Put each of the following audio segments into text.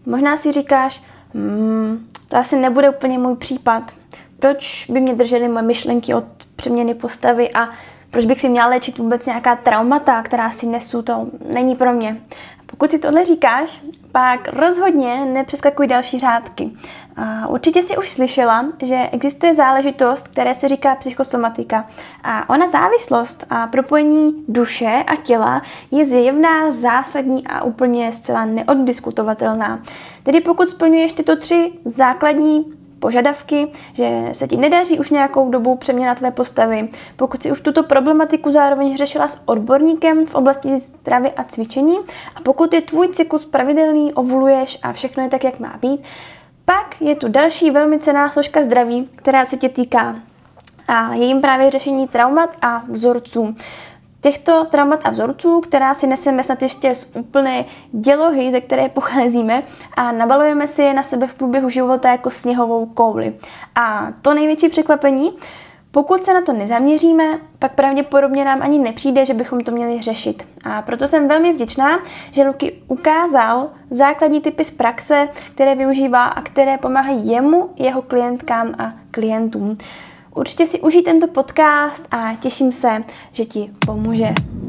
Možná si říkáš, to asi nebude úplně můj případ. Proč by mě držely moje myšlenky od přeměny postavy a proč bych si měla léčit vůbec nějaká traumata, která si nesu, to není pro mě. Pokud si tohle říkáš, pak rozhodně nepřeskakuj další řádky. A určitě si už slyšela, že existuje záležitost, které se říká psychosomatika. A ona závislost a propojení duše a těla je zjevná, zásadní a úplně zcela neoddiskutovatelná. Tedy pokud splňuješ tyto 3 základní požadavky, že se ti nedaří už nějakou dobu přeměna tvé postavy, pokud si už tuto problematiku zároveň řešila s odborníkem v oblasti stravy a cvičení a pokud je tvůj cyklus pravidelný, ovuluješ a všechno je tak, jak má být, pak je tu další velmi cenná složka zdraví, která se tě týká. A je jim právě řešení traumat a vzorců. Těchto traumat a vzorců, která si neseme snad ještě z úplné dělohy, ze které pocházíme a nabalujeme si je na sebe v průběhu života jako sněhovou kouli. A to největší překvapení, pokud se na to nezaměříme, pak pravděpodobně nám ani nepřijde, že bychom to měli řešit. A proto jsem velmi vděčná, že Luky ukázal základní typy z praxe, které využívá a které pomáhají jemu, jeho klientkám a klientům. Určitě si užij tento podcast a těším se, že ti pomůže.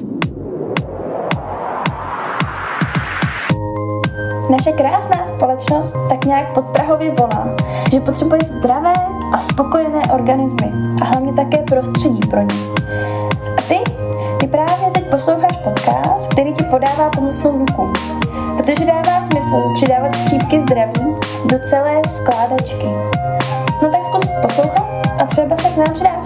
Naše krásná společnost tak nějak podprahově volá, že potřebuje zdravé a spokojené organismy a hlavně také prostředí pro ně. A ty právě teď posloucháš podcast, který ti podává pomocnou ruku, protože dává smysl přidávat střípky zdraví do celé skládačky. No tak zkus poslouchat a třeba se k nám přidáš.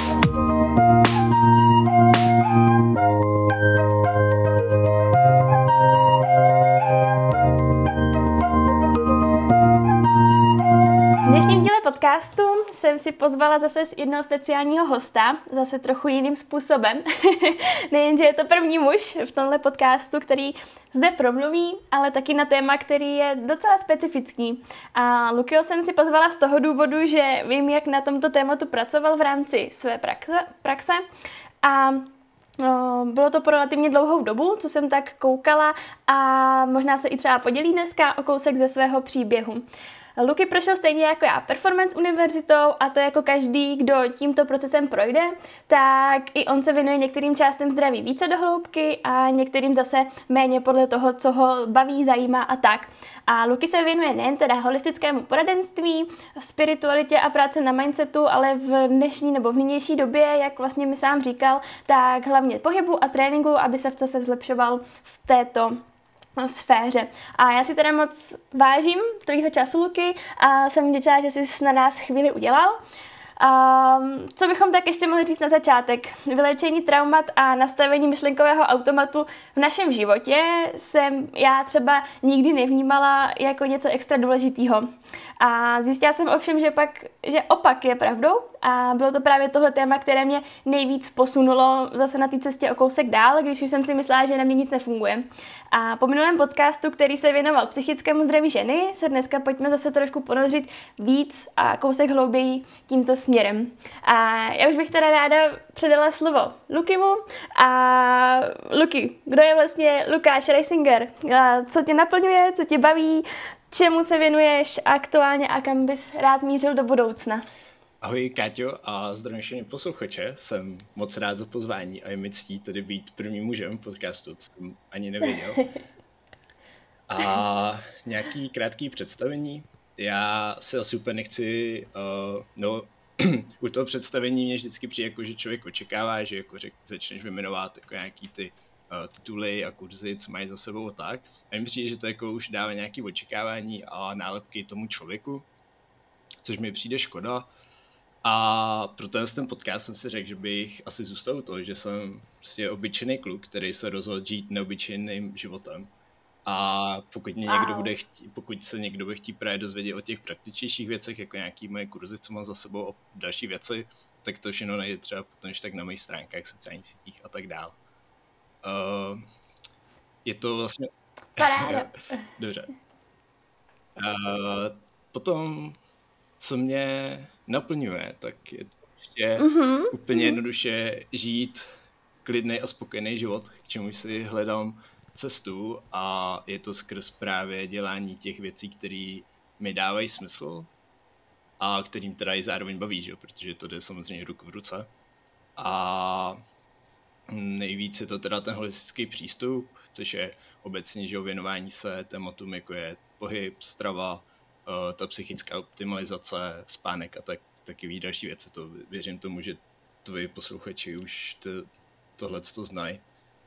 V dnešním díle podcastu jsem si pozvala zase jednoho speciálního hosta, zase trochu jiným způsobem. Nejenže je to první muž v tomhle podcastu, který zde promluví, ale taky na téma, který je docela specifický. A Lukyho jsem si pozvala z toho důvodu, že vím, jak na tomto tématu pracoval v rámci své praxe a bylo to po relativně dlouhou dobu, co jsem tak koukala a možná se i třeba podělí dneska o kousek ze svého příběhu. Luky prošel stejně jako já performance univerzitou a to jako každý, kdo tímto procesem projde, tak i on se věnuje některým částem zdraví více do hloubky a některým zase méně podle toho, co ho baví, zajímá a tak. A Luky se věnuje nejen teda holistickému poradenství, spiritualitě a práce na mindsetu, ale v dnešní nebo v nynější době, jak vlastně mi sám říkal, tak hlavně pohybu a tréninku, aby se zase zlepšoval v této sféře. A já si teda moc vážím tvýho času, Luky, a jsem vděčná, že jsi na nás chvíli udělal. Co bychom tak ještě mohli říct na začátek? Vyléčení traumat a nastavení myšlenkového automatu v našem životě jsem já třeba nikdy nevnímala jako něco extra důležitého. A zjistila jsem ovšem, že opak je pravdou a bylo to právě tohle téma, které mě nejvíc posunulo zase na té cestě o kousek dál, když už jsem si myslela, že na mě nic nefunguje. A po minulém podcastu, který se věnoval psychickému zdraví ženy, se dneska pojďme zase trošku ponořit víc a kousek hlouběji tímto směrem. A já už bych teda ráda předala slovo Lukymu. A Luky, kdo je vlastně Lukáš Reisinger? A co tě naplňuje, co tě baví, čemu se věnuješ aktuálně a kam bys rád mířil do budoucna? Ahoj Káťo a zdravím všechny posluchače, jsem moc rád za pozvání a je mi ctí tedy být prvním mužem podcastu, co jsem ani nevěděl. A nějaký krátký představení, já se asi úplně nechci, u toho představení mě vždycky přijde, jako, že člověk očekává, že jako začneš vyjmenovat jako nějaký ty tituly a kurzy, co mají za sebou a tak. A mi přijde, že to jako už dává nějaké očekávání a nálepky tomu člověku, což mi přijde škoda. A pro ten podcast jsem si řekl, že bych asi zůstal u toho, že jsem prostě obyčejný kluk, který se rozhodl žít neobyčejným životem. A pokud se někdo bude chtít právě dozvědět o těch praktičtějších věcech, jako nějaký moje kurzy, co mám za sebou, o další věci, tak to všechno najde třeba potom tak na mých stránkách, sociálních sítích a tak dál. Je to vlastně... Dobře. Potom, co mě naplňuje, tak je to prostě úplně jednoduše žít klidný a spokojený život, k čemu si hledám cestu a je to skrz právě dělání těch věcí, které mi dávají smysl a kterým teda i zároveň baví, že? Protože to jde samozřejmě ruku v ruce. A nejvíc je to teda ten holistický přístup, což je obecně, že věnování se tématům, jako je pohyb, strava, ta psychická optimalizace, spánek a taky další věci. To věřím tomu, že tvoji posluchači už tohle to znají.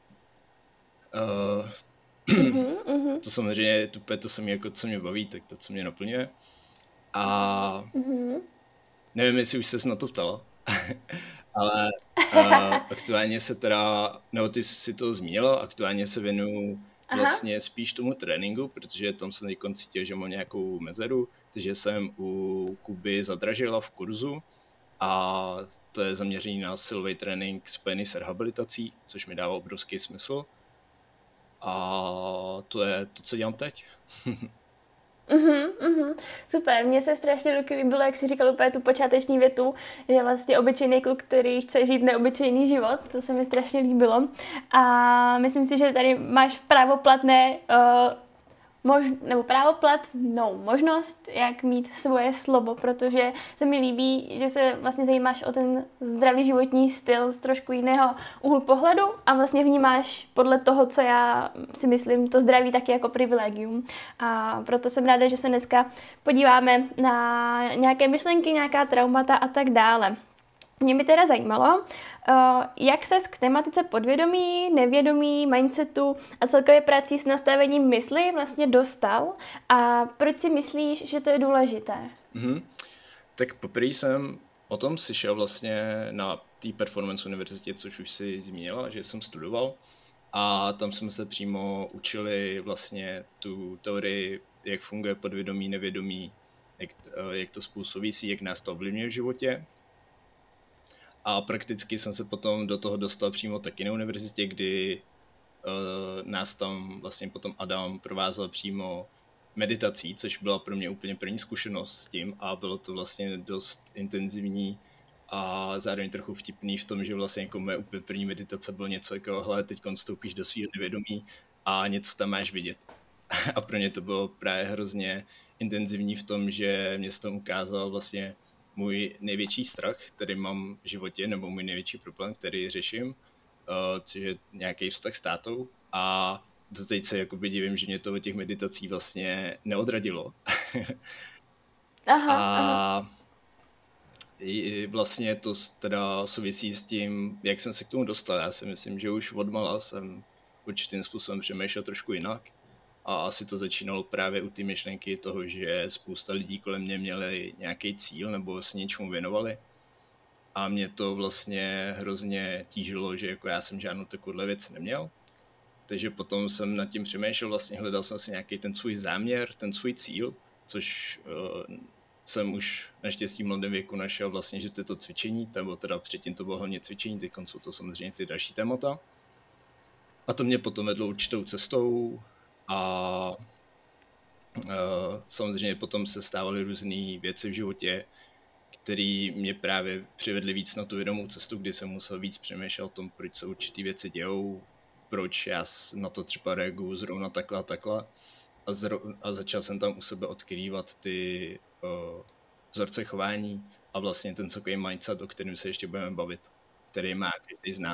To samozřejmě to samé, jako co mě baví, tak to, co mě naplňuje. A nevím, jestli už ses na to ptala, ale aktuálně se teda, nebo ty si to zmínila, aktuálně se věnuju vlastně spíš tomu tréninku, protože tam jsem teď cítil, že mám nějakou mezeru, takže jsem u Kuby zadražila v kurzu a to je zaměřený na silový trénink spojený s rehabilitací, což mi dává obrovský smysl. A to je to, co dělám teď. Super, mně se strašně líbilo, jak jsi říkal úplně tu počáteční větu, že vlastně obyčejný kluk, který chce žít neobyčejný život, to se mi strašně líbilo. A myslím si, že tady máš právoplatné možnost, jak mít svoje slovo, protože se mi líbí, že se vlastně zajímáš o ten zdravý životní styl z trošku jiného úhlu pohledu a vlastně vnímáš podle toho, co já si myslím, to zdraví taky jako privilegium. A proto jsem ráda, že se dneska podíváme na nějaké myšlenky, nějaká traumata a tak dále. Mě by teda zajímalo, jak ses k tematice podvědomí, nevědomí, mindsetu a celkově prací s nastavením mysli vlastně dostal a proč si myslíš, že to je důležité? Tak poprvé jsem o tom slyšel vlastně na té Performance univerzitě, což už si zmínila, že jsem studoval a tam jsme se přímo učili vlastně tu teorii, jak funguje podvědomí, nevědomí, jak to spolu souvisí, jak nás to ovlivňuje v životě. A prakticky jsem se potom do toho dostal přímo taky na univerzitě, kdy nás tam vlastně potom Adam provázel přímo meditací, což byla pro mě úplně první zkušenost s tím a bylo to vlastně dost intenzivní a zároveň trochu vtipný v tom, že vlastně jako moje úplně první meditace bylo něco jako hele, teď vstoupíš do svého nevědomí a něco tam máš vidět. A pro mě to bylo právě hrozně intenzivní v tom, že mě se tam ukázal vlastně můj největší strach, který mám v životě, nebo můj největší problém, který řeším, což je nějaký vztah s tátou. A doteď se jakoby divím, že mě to od těch meditací vlastně neodradilo. A vlastně to teda souvisí s tím, jak jsem se k tomu dostal. Já si myslím, že už odmala jsem určitým způsobem přemýšlel trošku jinak. A asi to začínalo právě u té myšlenky toho, že spousta lidí kolem mě měli nějaký cíl nebo se něčemu věnovali. A mě to vlastně hrozně tížilo, že jako já jsem žádnou takovouhle věc neměl. Takže potom jsem nad tím přemýšlel, vlastně hledal jsem si nějaký ten svůj záměr, ten svůj cíl, což jsem už naštěstí v mladém věku našel vlastně, že to je to cvičení, nebo teda předtím to bylo hlavně cvičení, teď jsou to samozřejmě ty další témata. A to mě potom vedlo určitou cestou a samozřejmě potom se stávaly různé věci v životě, které mě právě přivedly víc na tu vědomou cestu, kdy jsem musel víc přemýšlet o tom, proč se určité věci dějou, proč já na to třeba reaguju zrovna takhle a takhle. A začal jsem tam u sebe odkrývat ty vzorce chování a vlastně ten celkový mindset, o kterém se ještě budeme bavit, který má každý z nás.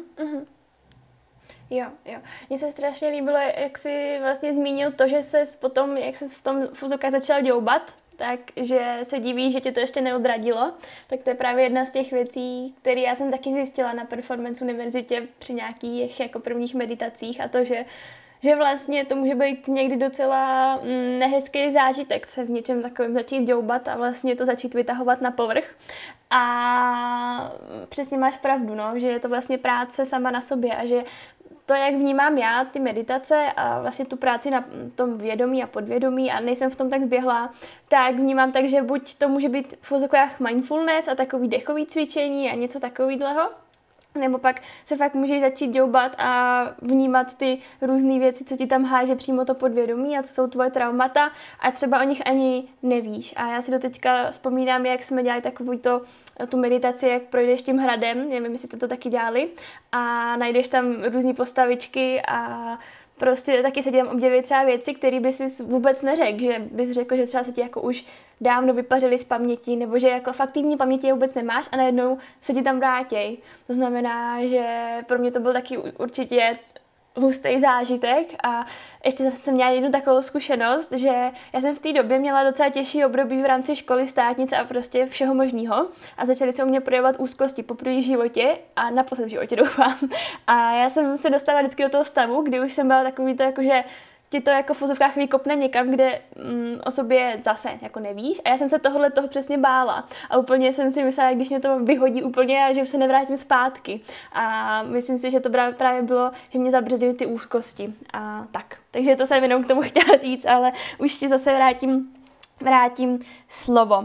Jo. Mně se strašně líbilo, jak jsi vlastně zmínil to, že ses potom, jak ses v tom fuzokách začal děubat, takže se diví, že tě to ještě neodradilo. Tak to je právě jedna z těch věcí, které já jsem taky zjistila na Performance univerzitě při nějakých jako prvních meditacích a to, že vlastně to může být někdy docela nehezký zážitek se v něčem takovém začít děubat a vlastně to začít vytahovat na povrch. A přesně máš pravdu, no, že je to vlastně práce sama na sobě a že to, jak vnímám já ty meditace a vlastně tu práci na tom vědomí a podvědomí a nejsem v tom tak zběhlá, tak vnímám tak, že buď to může být v uvozovkách mindfulness a takový dechový cvičení a něco takového, nebo pak se fakt můžeš začít děubat a vnímat ty různé věci, co ti tam háže přímo to podvědomí a co jsou tvoje traumata a třeba o nich ani nevíš. A já si doteďka vzpomínám, jak jsme dělali tu meditaci, jak projdeš tím hradem, nevím, jestli jste to taky dělali, a najdeš tam různé postavičky a prostě taky se ti tam objeví třeba věci, které by si vůbec neřekl, že bys řekl, že třeba se ti jako už dávno vypařily z paměti, nebo že jako faktivní paměti je vůbec nemáš a najednou se ti tam vrátěj. To znamená, že pro mě to byl taky určitě hustý zážitek a ještě jsem měla jednu takovou zkušenost, že já jsem v té době měla docela těžší období v rámci školy, státnice a prostě všeho možného a začaly se u mě projevovat úzkosti poprvé v životě a naposled v životě doufám. A já jsem se dostala vždycky do toho stavu, kdy už jsem byla takový to jako, že ti to jako v úzovkách vykopne někam, kde o sobě zase jako nevíš. A já jsem se toho přesně bála. A úplně jsem si myslela, když mě to vyhodí úplně a že už se nevrátím zpátky. A myslím si, že to právě bylo, že mě zabrzdily ty úzkosti. A tak. Takže to jsem jenom k tomu chtěla říct, ale už si zase vrátím slovo.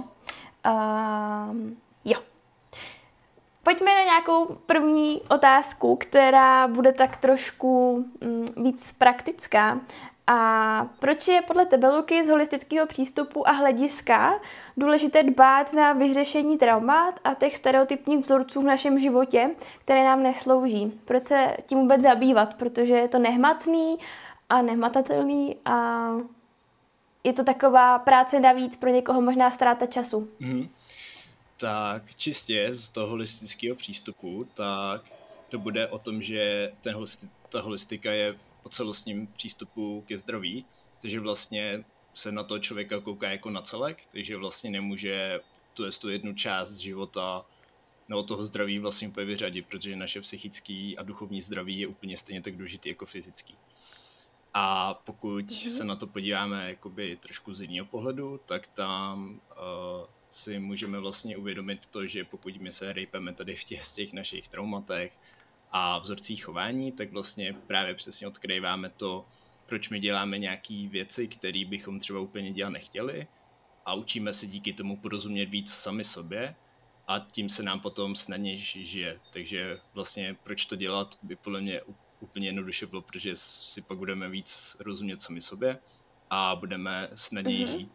Jo. Pojďme na nějakou první otázku, která bude tak trošku víc praktická. A proč je podle tebe, Luky, z holistického přístupu a hlediska důležité dbát na vyřešení traumat a těch stereotypních vzorců v našem životě, které nám neslouží? Proč se tím vůbec zabývat? Protože je to nehmatný a nehmatatelný a je to taková práce navíc, pro někoho možná ztráta času. Tak čistě z toho holistického přístupu, tak to bude o tom, že ta holistika je o celostním přístupu ke zdraví, takže vlastně se na toho člověka kouká jako na celek, takže vlastně nemůže tu jednu část života nebo toho zdraví vlastně úplně vyřadit, protože naše psychické a duchovní zdraví je úplně stejně tak důležitý jako fyzický. A pokud se na to podíváme jakoby trošku z jiného pohledu, tak tam si můžeme vlastně uvědomit to, že pokud my se rejpeme tady v těch našich traumatech a vzorcích chování, tak vlastně právě přesně odkryváme to, proč my děláme nějaké věci, které bychom třeba úplně dělat nechtěli a učíme se díky tomu porozumět víc sami sobě a tím se nám potom snadněji žije. Takže vlastně proč to dělat by podle mě úplně jednoduše bylo, protože si pak budeme víc rozumět sami sobě a budeme snadněji žít.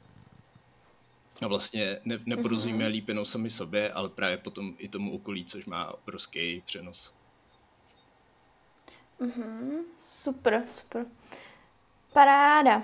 A vlastně neporozumíme líp jenom sami sobě, ale právě potom i tomu okolí, což má obrovský přenos. Super. Paráda.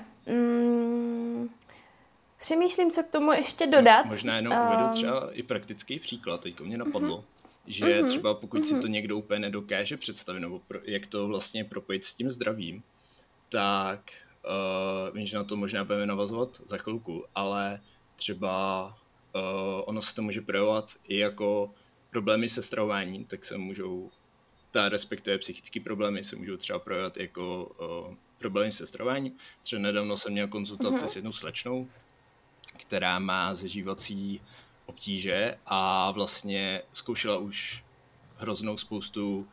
Přemýšlím, co k tomu ještě dodat. Možná jenom uvedu třeba i praktický příklad, teďko mě napadlo, že třeba pokud si to někdo úplně nedokáže představit, nebo jak to vlastně propojit s tím zdravím, tak vím, že na to možná budeme navazovat za chvilku, ale třeba ono se to může projevovat i jako problémy se stravováním, tak se můžou, respektive psychické problémy se můžou třeba projevovat jako problémy se stravováním. Třeba nedávno jsem měl konzultaci s jednou slečnou, která má zažívací obtíže a vlastně zkoušela už hroznou spoustu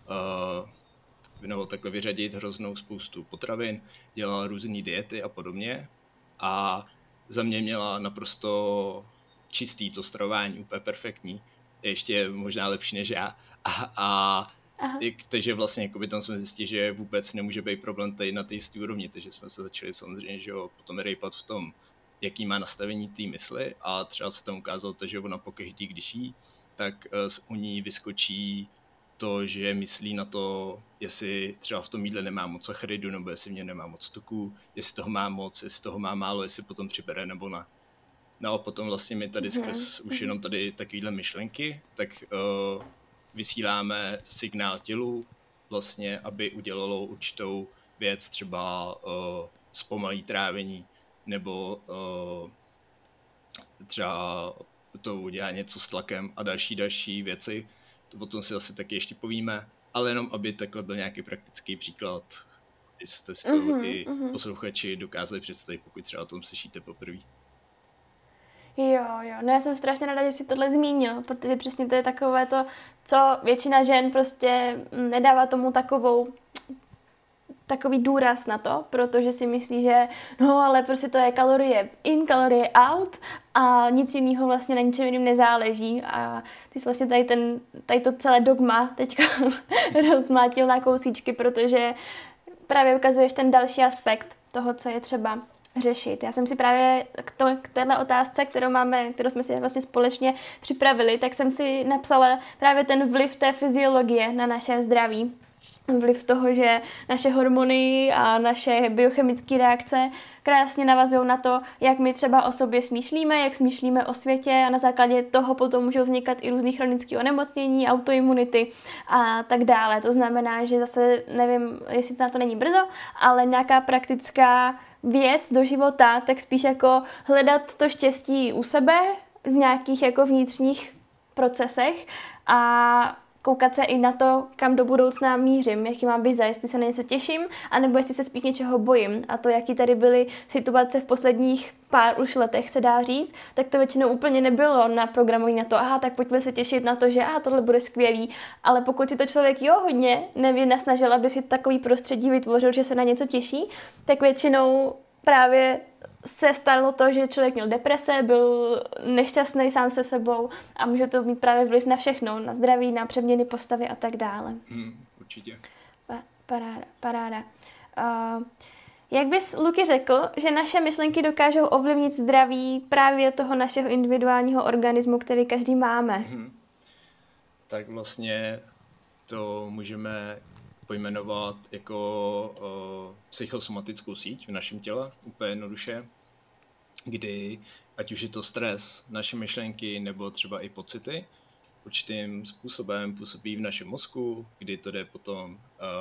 nebo takhle vyřadit hroznou spoustu potravin, dělala různé diety a podobně a za mě měla naprosto čistý to stravování, úplně perfektní, ještě možná lepší než já takže vlastně jakoby tam jsme zjistili, že vůbec nemůže být problém tady na té úrovni, takže jsme se začali samozřejmě že jo, potom rejpat v tom, jaký má nastavení té mysli a třeba se tam ukázalo to, že ona pokaždý, když jí, tak u ní vyskočí to, že myslí na to, jestli třeba v tom jídle nemá moc sacharidu, nebo jestli v něm nemá moc tuků, jestli toho má moc, jestli toho má málo, jestli potom přibere nebo ne. No a potom vlastně my tady skrz už jenom tady takovýhle myšlenky, tak vysíláme signál tělu vlastně, aby udělalo určitou věc, třeba zpomalí trávení, nebo třeba to udělá něco s tlakem a další věci. To potom si asi taky ještě povíme, ale jenom, aby takhle byl nějaký praktický příklad, jste si to i posluchači dokázali představit, pokud třeba o tom slyšíte poprvé. Jo, no já jsem strašně ráda, že jsi tohle zmínil, protože přesně to je takové to, co většina žen prostě nedává tomu takový důraz na to, protože si myslí, že no ale prostě to je kalorie in, kalorie out a nic jiného vlastně na ničem jiným nezáleží a ty jsi vlastně tady to celé dogma teďka rozmátil na kousíčky, protože právě ukazuješ ten další aspekt toho, co je třeba řešit. Já jsem si právě k téhle otázce, kterou jsme si vlastně společně připravili, tak jsem si napsala právě ten vliv té fyziologie na naše zdraví. vliv toho, že naše hormony a naše biochemické reakce krásně navazují na to, jak my třeba o sobě smýšlíme, jak smýšlíme o světě a na základě toho potom můžou vznikat i různý chronické onemocnění, autoimunity a tak dále. To znamená, že zase nevím, jestli to na to není brzo, ale nějaká praktická věc do života, tak spíš jako hledat to štěstí u sebe v nějakých jako vnitřních procesech a koukat se i na to, kam do budoucna mířím, jaký mám být, jestli se na něco těším, anebo jestli se spíš něčeho bojím. A to, jaký tady byly situace v posledních pár už letech, se dá říct, tak to většinou úplně nebylo na programování na to, tak pojďme se těšit na to, že tohle bude skvělý, ale pokud si to člověk hodně nasnažil, aby si takový prostředí vytvořil, že se na něco těší, tak většinou právě se stalo to, že člověk měl deprese, byl nešťastný sám se sebou a může to mít právě vliv na všechno, na zdraví, na přeměny postavy a tak dále. Určitě. Paráda. Jak bys, Luky, řekl, že naše myšlenky dokážou ovlivnit zdraví právě toho našeho individuálního organismu, který každý máme? Tak vlastně to můžeme pojmenovat jako psychosomatickou síť v našem těle, úplně jednoduše, kdy ať už je to stres, naše myšlenky nebo třeba i pocity, určitým způsobem působí v našem mozku, kdy to jde potom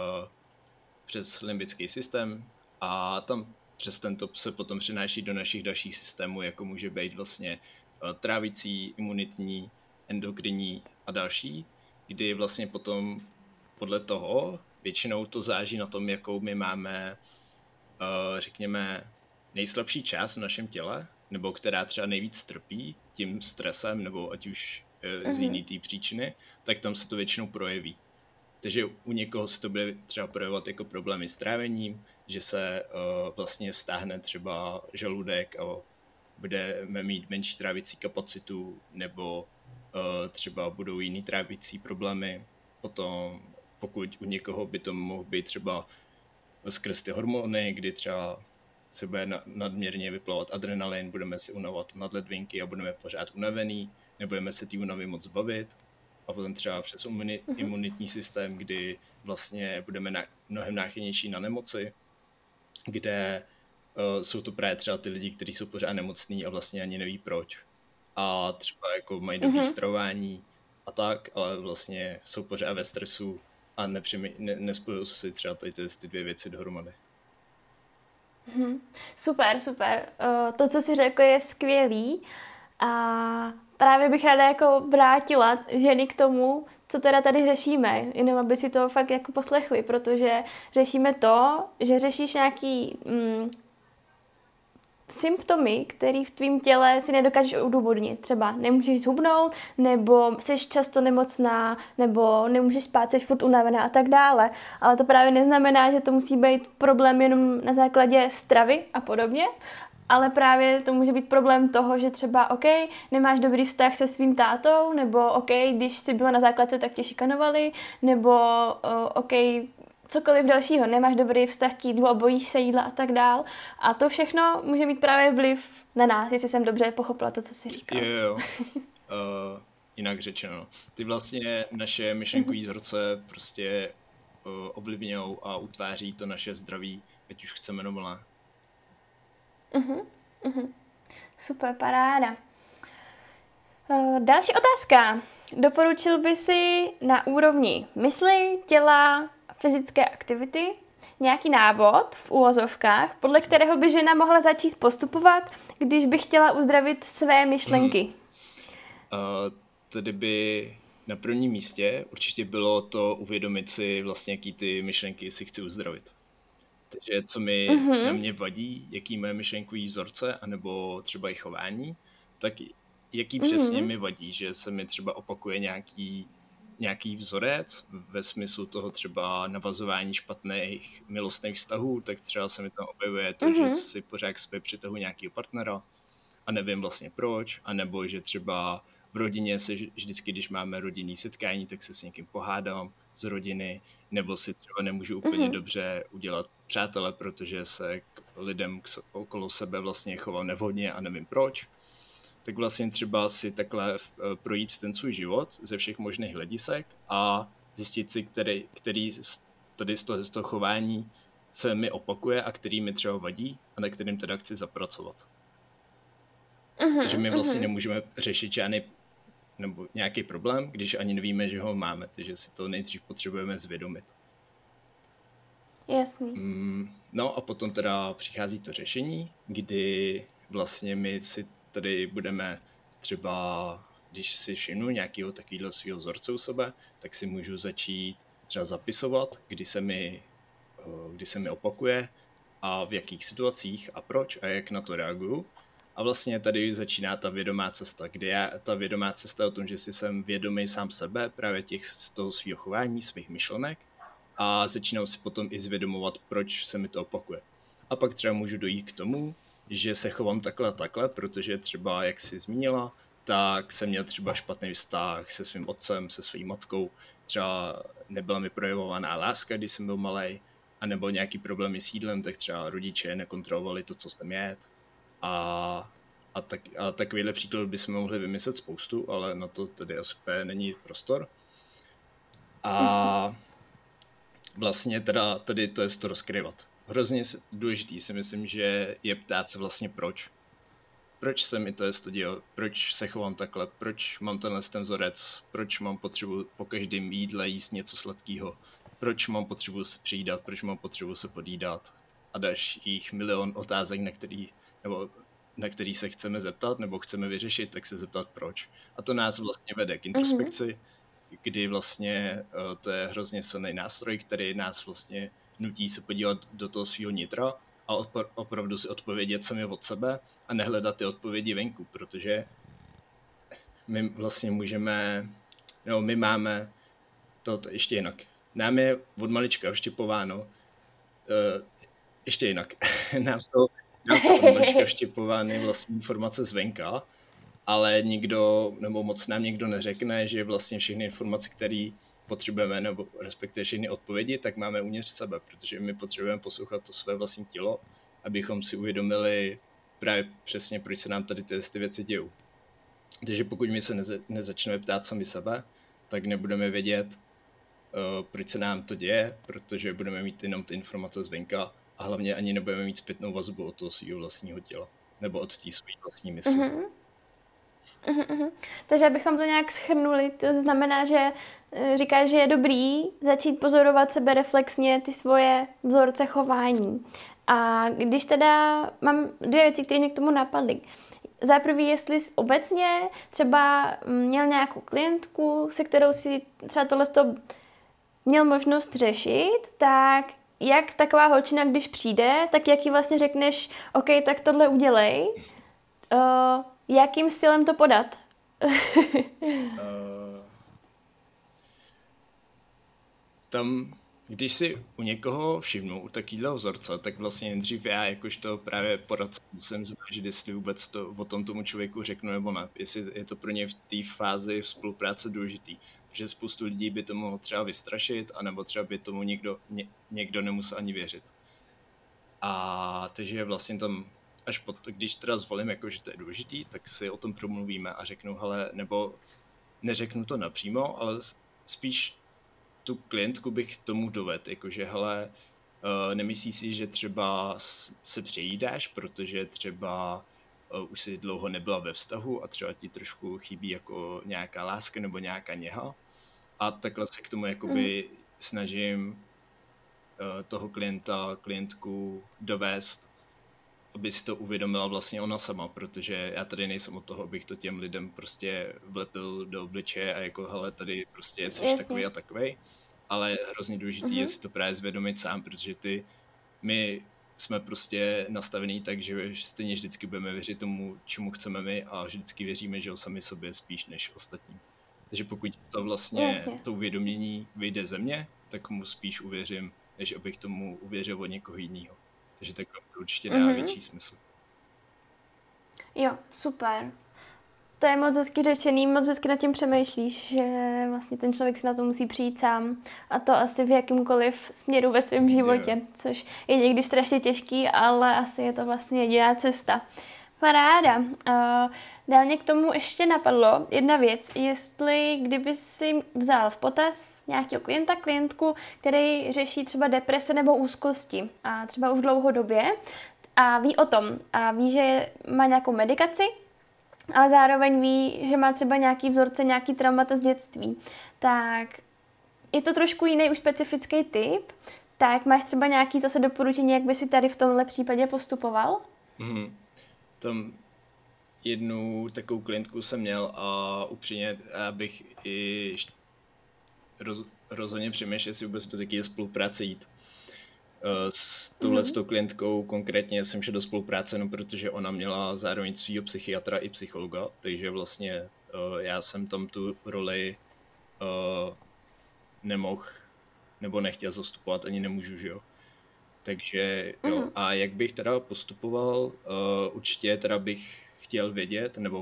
přes limbický systém a tam přes tento se potom přenáší do našich dalších systémů, jako může být vlastně trávicí, imunitní, endokrinní a další, kdy vlastně potom podle toho většinou to záleží na tom, jakou my máme, řekněme, nejslabší část v našem těle, nebo která třeba nejvíc trpí tím stresem, nebo ať už z jiný té příčiny, tak tam se to většinou projeví. Takže u někoho se to bude třeba projevovat jako problémy s trávením, že se vlastně stáhne třeba žaludek a budeme mít menší trávicí kapacitu, nebo třeba budou jiný trávicí problémy. Potom pokud u někoho by to mohl být třeba skrz ty hormony, kdy třeba se bude nadměrně vyplavat adrenalin, budeme si unavovat nadledvinky a budeme pořád unavený, nebudeme se té únavy moc bavit. A potom třeba přes imunitní systém, kdy vlastně budeme mnohem náchylnější na nemoci, kde jsou to právě třeba ty lidi, kteří jsou pořád nemocní a vlastně ani neví proč. A třeba jako mají dobré stravování a tak, ale vlastně jsou pořád ve stresu a nespojují si třeba tady ty dvě věci dohromady. Super. To, co jsi řekl, je skvělý a právě bych ráda jako vrátila ženy k tomu, co teda tady řešíme, jenom aby si to fakt jako poslechli, protože řešíme to, že řešíš nějaký symptomy, který v tvém těle si nedokážeš odůvodnit. Třeba nemůžeš zhubnout, nebo jsi často nemocná, nebo nemůžeš spát, jsi furt unavená a tak dále. Ale to právě neznamená, že to musí být problém jenom na základě stravy a podobně, ale právě to může být problém toho, že třeba nemáš dobrý vztah se svým tátou, nebo když jsi byla na základce, tak tě šikanovali, nebo cokoliv dalšího, nemáš dobrý vztah k jídlu a bojíš se jídla a tak dál. A to všechno může mít právě vliv na nás, jestli jsem dobře pochopila to, co jsi říkal. Jo. Jinak řečeno. Ty vlastně naše myšlenkové vzorce prostě ovlivňují a utváří to naše zdraví, ať už chceme nebo ne. Super, paráda. Další otázka. Doporučil by si na úrovni mysli, těla, fyzické aktivity nějaký návod v úvozovkách, podle kterého by žena mohla začít postupovat, když by chtěla uzdravit své myšlenky? Tedy by na prvním místě určitě bylo to uvědomit si vlastně, jaký ty myšlenky si chci uzdravit. Takže co mi na mě vadí, jaký moje myšlenkové vzorce, anebo třeba i chování, tak jaký přesně mi vadí, že se mi třeba opakuje nějaký vzorec ve smyslu toho třeba navazování špatných milostných vztahů, tak třeba se mi tam objevuje to, že si pořád k sobě přitahuji nějakého partnera a nevím vlastně proč, anebo že třeba v rodině se vždycky, když máme rodinný setkání, tak se s někým pohádám z rodiny, nebo si třeba nemůžu úplně dobře udělat přátele, protože se k lidem okolo sebe vlastně chovám nevhodně a nevím proč. Tak vlastně třeba si takhle projít ten svůj život ze všech možných hledisek a zjistit si, který z tady z toho chování se mi opakuje a který mi třeba vadí a na kterým teda chci zapracovat. Takže my vlastně nemůžeme řešit žádný nebo nějaký problém, když ani nevíme, že ho máme, takže si to nejdřív potřebujeme zvědomit. Jasný. No a potom teda přichází to řešení, kdy vlastně my si tady budeme třeba, když si všimnu nějakého takového svého vzorce u sebe, tak si můžu začít třeba zapisovat, kdy se mi opakuje a v jakých situacích a proč a jak na to reaguju. A vlastně tady začíná ta vědomá cesta, ta vědomá cesta o tom, že si jsem vědomý sám sebe, právě z toho svého chování, svých myšlenek a začínám si potom i zvědomovat, proč se mi to opakuje. A pak třeba můžu dojít k tomu, že se chovám takhle, protože třeba, jak jsi zmínila, tak jsem měl třeba špatný vztah se svým otcem, se svou matkou, třeba nebyla mi projevovaná láska, když jsem byl malej, anebo nějaký problémy s jídlem, tak třeba rodiče nekontrolovali to, co jsem jet. A takovýhle příklad bychom mohli vymyslet spoustu, ale na to tady asi není prostor. A vlastně teda tady to je to rozkryvat. Hrozně důležitý si myslím, že je ptát se vlastně proč. Proč se mi to dělo, proč se chovám takhle, proč mám ten vzorec, proč mám potřebu po každém jídle jíst něco sladkého, proč mám potřebu se přijídat, proč mám potřebu se podjídat a dalších milion otázek, na který se chceme zeptat nebo chceme vyřešit, tak se zeptat proč. A to nás vlastně vede k introspekci, kdy vlastně to je hrozně silný nástroj, který nás vlastně nutí se podívat do toho svého nitra a opravdu si odpovědět sami od sebe a nehledat ty odpovědi venku, protože my vlastně my máme to ještě jinak. Nám je od malička vštěpováno, ještě jinak, nám jsou od malička vštěpovány vlastně informace zvenka, ale moc nám nikdo neřekne, že vlastně všechny informace, které potřebujeme, nebo respektive všechny odpovědi, tak máme uvnitř sebe, protože my potřebujeme poslouchat to své vlastní tělo, abychom si uvědomili právě přesně, proč se nám tady ty věci dějou. Takže pokud my se nezačneme ptát sami sebe, tak nebudeme vědět, proč se nám to děje, protože budeme mít jenom ty informace zvenka a hlavně ani nebudeme mít zpětnou vazbu od toho svého vlastního těla, nebo od té své vlastní mysli. Takže abychom to nějak shrnuli, to znamená, že říkáš, že je dobrý začít pozorovat sebereflexně ty svoje vzorce chování. A když teda mám dvě věci, které mě k tomu napadly. Za prvý, jestli obecně třeba měl nějakou klientku, se kterou si třeba tohle měl možnost řešit, tak jak taková holčina, když přijde, tak jak jí vlastně řekneš, OK, tak tohle udělej, jakým stylem to podat? Tam, když si u někoho všimnu, u takového vzorce, tak vlastně nejdřív já jakožto právě poradce musím zvážit, jestli vůbec to o tom tomu člověku řeknu nebo ne, jestli je to pro ně v té fázi spolupráce důležitý. Protože spoustu lidí by to mohlo třeba vystrašit, anebo třeba by tomu někdo nemusel ani věřit. A takže vlastně tam když teda zvolím, jako, že to je důležitý, tak si o tom promluvíme a řeknu, hele, nebo neřeknu to napřímo, ale spíš tu klientku bych tomu dovedl, jakože hele, nemyslíš si, že třeba se přejídáš, protože třeba už si dlouho nebyla ve vztahu a třeba ti trošku chybí jako nějaká láska nebo nějaká něha a takhle se k tomu jakoby snažím toho klientku dovést, aby si to uvědomila vlastně ona sama, protože já tady nejsem od toho, abych to těm lidem prostě vlepil do obličeje a jako hele, tady prostě jsi takový a takovej, ale hrozně důležitý je si to právě zvědomit sám, protože my jsme prostě nastavení tak, že stejně vždycky budeme věřit tomu, čemu chceme my a vždycky věříme, že sami sobě spíš než ostatní. Takže pokud to vlastně to uvědomění vyjde ze mě, tak mu spíš uvěřím, než abych tomu uvěřil od někoho jiného. Takže tak to určitě dá větší smysl. Jo, super. To je moc hezky řečený, moc hezky nad tím přemýšlíš, že vlastně ten člověk si na to musí přijít sám a to asi v jakýmkoliv směru ve svém životě, což je někdy strašně těžký, ale asi je to vlastně jediná cesta. Paráda. Dál mě k tomu ještě napadlo jedna věc, jestli kdyby si vzal v potaz nějakého klientku, který řeší třeba deprese nebo úzkosti a třeba už dlouhodobě a ví o tom a ví, že má nějakou medikaci, ale zároveň ví, že má třeba nějaký vzorce, nějaký traumata z dětství, tak je to trošku jiný už specifický typ, tak máš třeba nějaký zase doporučení, jak by si tady v tomhle případě postupoval? Tam jednu takovou klientku jsem měl a upřímně bych i rozhodně přemýšlel, jestli vůbec do takové spolupráce jít. S tou klientkou konkrétně jsem šel do spolupráce, no protože ona měla zároveň svýho psychiatra i psychologa, takže vlastně já jsem tam tu roli nemohl nebo nechtěl zastupovat, ani nemůžu, že jo. Takže jo, a jak bych teda postupoval, určitě teda bych chtěl vědět, nebo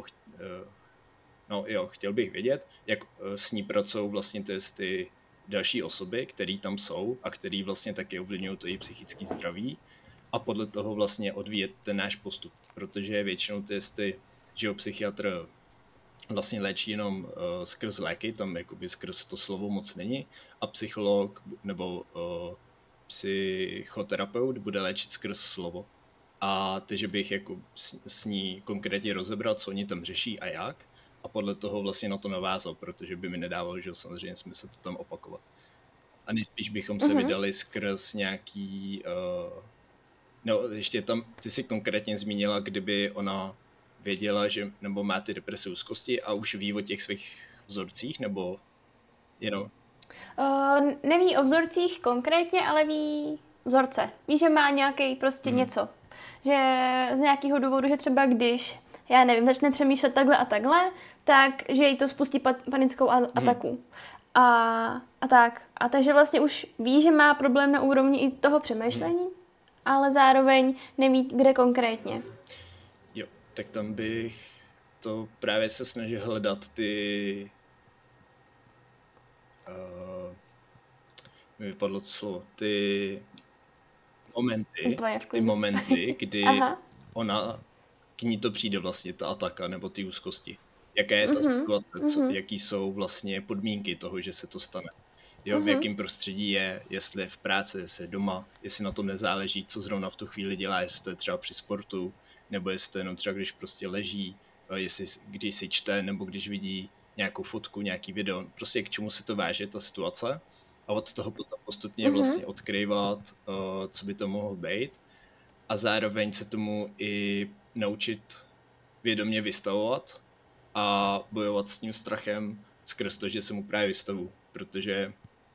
chtěl bych vědět, jak s ní pracují vlastně ty další osoby, které tam jsou a které vlastně taky ovlivňují to její psychické zdraví a podle toho vlastně odvíjet ten náš postup, protože většinou že psychiatr vlastně léčí jenom skrz léky, tam jakoby skrz to slovo moc není a psycholog nebo psychoterapeut bude léčit skrz slovo. A takže bych jako s ní konkrétně rozebral, co oni tam řeší a jak a podle toho vlastně na to navázal, protože by mi nedávalo, že samozřejmě smysl to tam opakovat. A nejspíš bychom se vydali skrz nějaký... ještě tam, ty si konkrétně zmínila, kdyby ona věděla, že nebo má ty deprese úzkosti a už ví o těch svých vzorcích, nebo jenom? Neví o vzorcích konkrétně, ale ví vzorce. Ví, že má nějaký prostě něco. Že z nějakého důvodu, že třeba když, já nevím, začne přemýšlet takhle a takhle, tak, že jí to spustí panickou ataku. A tak. A takže vlastně už ví, že má problém na úrovni i toho přemýšlení, ale zároveň neví, kde konkrétně. Jo, tak tam bych to právě se snažil hledat ty... mi vypadlo to slovo, ty momenty, kdy ona, k ní to přijde vlastně, ta ataka nebo ty úzkosti. Jaká je ta situace, jaký jsou vlastně podmínky toho, že se to stane. Jo, v jakém prostředí je, jestli je v práci, jestli je doma, jestli na tom nezáleží, co zrovna v tu chvíli dělá, jestli to je třeba při sportu, nebo jestli to je jenom třeba, když prostě leží, jestli když si čte, nebo když vidí nějakou fotku, nějaký video, prostě k čemu se to váže, ta situace. A od toho potom postupně vlastně odkryvat, co by to mohlo být. A zároveň se tomu i naučit vědomě vystavovat a bojovat s tím strachem skrz to, že se mu právě vystavu. Protože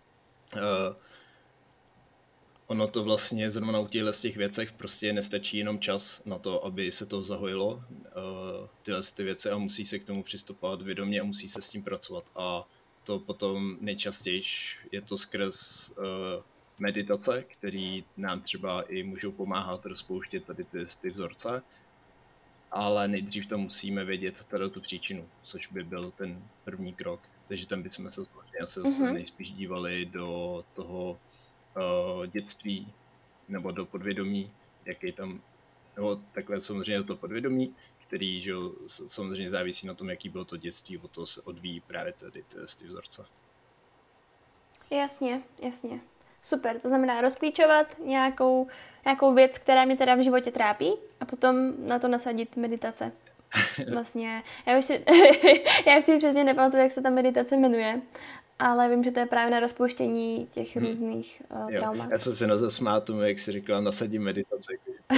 ono to vlastně zrovna u těchto z těch věcech prostě nestačí jenom čas na to, aby se to zahojilo, tyhle ty věci a musí se k tomu přistupovat vědomě a musí se s tím pracovat. A to potom nejčastěji je to skrz meditace, které nám třeba i můžou pomáhat rozpouštět tady ty vzorce, ale nejdřív tam musíme vědět tady tu příčinu, což by byl ten první krok. Takže tam bychom se zase nejspíš dívali do toho dětství nebo do podvědomí, jaký tam, nebo takhle samozřejmě to podvědomí, který že, samozřejmě závisí na tom, jaký bylo to dětství, o to se odvíjí právě tady ty vzorce. Jasně. Super, to znamená rozklíčovat nějakou věc, která mě teda v životě trápí a potom na to nasadit meditace. Vlastně, já už si přesně nepamatuju, jak se ta meditace jmenuje, ale vím, že to je právě na rozpouštění těch různých traumat. Já jsem se zasmál tomu, jak jsi říkala, nasadím meditace,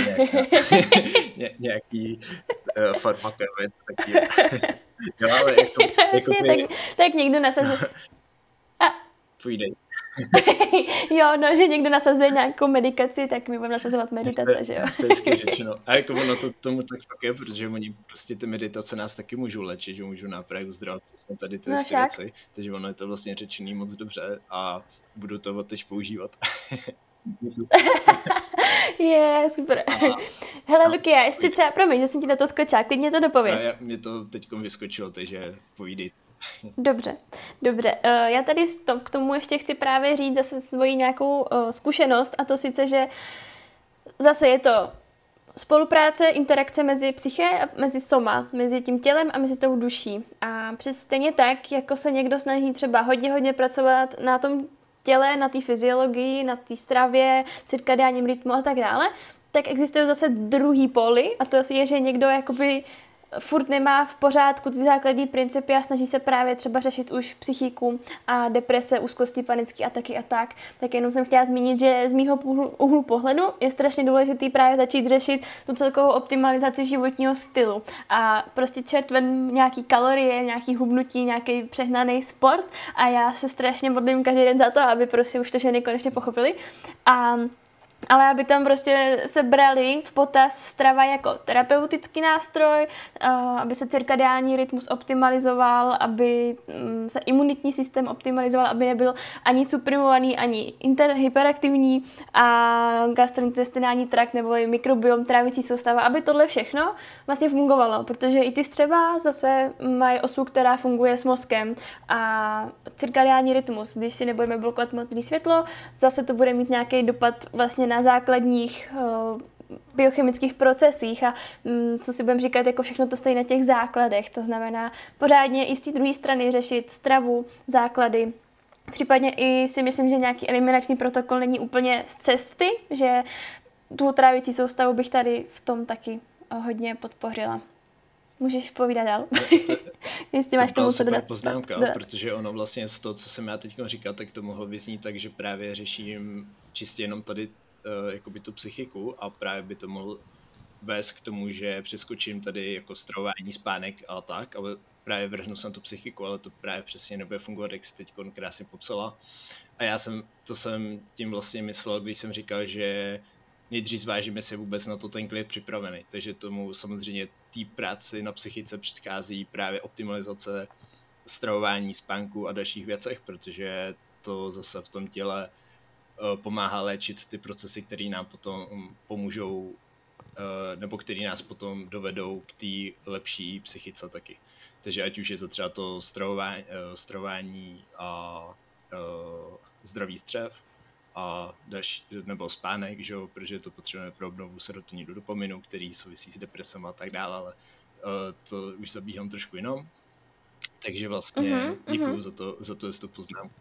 nějaký farmakověc taky. Jo, ale tak někdo nasazuje. Půjdej. Jo, no, že někdo nasazuje nějakou medikaci, tak my budeme nasazovat meditace, že jo? To je hezky řečeno. A jako ono tomu tak fakt je, protože oni prostě ty meditace nás taky můžou léčit, že můžou nápravit uzdravit přesně tady ty věci. Takže ono je to vlastně řečený moc dobře a budu to teď používat. Je, super. Hele, Luky, já ještě třeba, promiň, že jsem ti na to skočila, klidně to dopověz. Mě to teďkom vyskočilo, takže povídej. Dobře. Já tady k tomu ještě chci právě říct zase svoji nějakou zkušenost a to sice, že zase je to spolupráce, interakce mezi psyché a mezi soma, mezi tím tělem a mezi tou duší. A stejně tak, jako se někdo snaží třeba hodně pracovat na tom těle, na té fyziologii, na té stravě, cirkadiánním rytmu a tak dále, tak existují zase druhý póly a to je, že někdo jakoby furt nemá v pořádku ty základní principy a snaží se právě třeba řešit už psychiku a deprese, úzkosti, panické ataky a tak. Tak jenom jsem chtěla zmínit, že z mýho úhlu pohledu je strašně důležitý právě začít řešit tu celkovou optimalizaci životního stylu. A prostě čert ven nějaký kalorie, nějaký hubnutí, nějaký přehnaný sport a já se strašně modlím každý den za to, aby prostě už to ženy konečně pochopily. Ale aby tam prostě se brali v potaz strava jako terapeutický nástroj, aby se cirkadiální rytmus optimalizoval, aby se imunitní systém optimalizoval, aby nebyl ani suprimovaný, ani hyperaktivní a gastrointestinální trakt nebo mikrobiom, trávicí soustava, aby tohle všechno vlastně fungovalo, protože i ty střeva zase mají osu, která funguje s mozkem a cirkadiální rytmus, když si nebudeme blokovat modré světlo, zase to bude mít nějaký dopad vlastně na základních biochemických procesích a co si budeme říkat, jako všechno to stojí na těch základech, to znamená pořádně i z té druhé strany řešit stravu, základy. Případně i si myslím, že nějaký eliminační protokol není úplně z cesty, že tu trávicí soustavu bych tady v tom taky hodně podpořila. Můžeš povídat dál, jestli máš tomu co dodat. Poznámka, protože ono vlastně z toho, co jsem já teď říkal, tak to mohlo vyznít tak, že právě řeším čistě jenom tady jakoby tu psychiku a právě by to mohlo vést k tomu, že přeskočím tady jako stravování, spánek a tak, ale právě vrhnu se na tu psychiku, ale to právě přesně nebude fungovat, jak si teď krásně popsala. A já jsem tím vlastně myslel, když jsem říkal, že nejdřív zvážíme, jestli vůbec na to ten klient připravený. Takže tomu samozřejmě té práci na psychice předchází právě optimalizace stravování, spánku a dalších věcech, protože to zase v tom těle pomáhá léčit ty procesy, které nám potom pomůžou nebo které nás potom dovedou k té lepší psychice taky. Takže ať už je to třeba to stravování a zdravý střev a nebo spánek, že jo, protože to potřebujeme pro obnovu serotoninu, dopaminu, který souvisí s depresem a tak dále, ale to už zabíhám trošku jinam. Takže vlastně děkuju za to poznámku.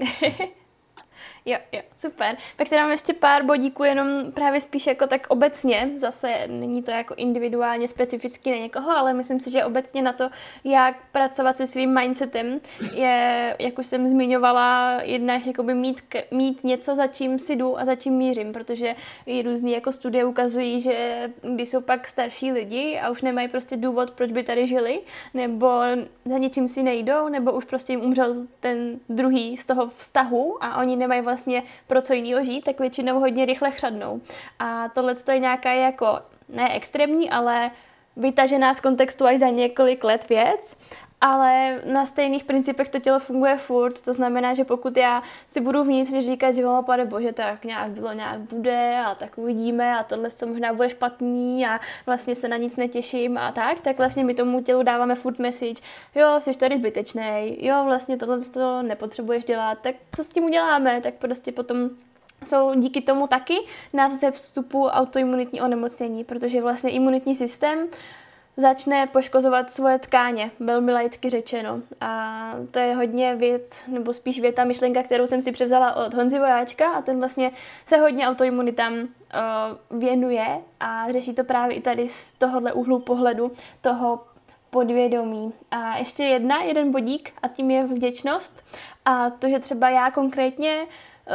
Jo, super. Tak tady mám ještě pár bodíků, jenom právě spíš jako tak obecně, zase není to jako individuálně specificky na někoho, ale myslím si, že obecně na to, jak pracovat se svým mindsetem, je, jak už jsem zmiňovala, jednak jakoby mít něco, za čím si jdu a za čím mířím, protože i různý jako studie ukazují, že když jsou pak starší lidi a už nemají prostě důvod, proč by tady žili, nebo za něčím si nejdou, nebo už prostě jim umřel ten druhý z toho vztahu a oni nemají vlastně pro co jinýho žít, tak většinou hodně rychle chřadnou. A tohle je nějaká jako, ne extrémní, ale vytažená z kontextu až za několik let věc, ale na stejných principech to tělo funguje furt, to znamená, že pokud já si budu vnitř říkat, že pane bože, tak nějak bylo, nějak bude a tak uvidíme a tohle co možná bude špatný a vlastně se na nic netěším a tak vlastně my tomu tělu dáváme furt message, jo, jsi tady zbytečnej, jo, vlastně tohle to nepotřebuješ dělat, tak co s tím uděláme, tak prostě potom jsou díky tomu taky na vzestupu autoimunitní onemocnění, protože vlastně imunitní systém začne poškozovat svoje tkáně, velmi laicky řečeno. A to je hodně věc, nebo spíš věta, myšlenka, kterou jsem si převzala od Honzy Vojáčka a ten vlastně se hodně autoimunitám věnuje a řeší to právě i tady z tohohle úhlu pohledu toho podvědomí. A ještě jeden bodík a tím je vděčnost a to, že třeba já konkrétně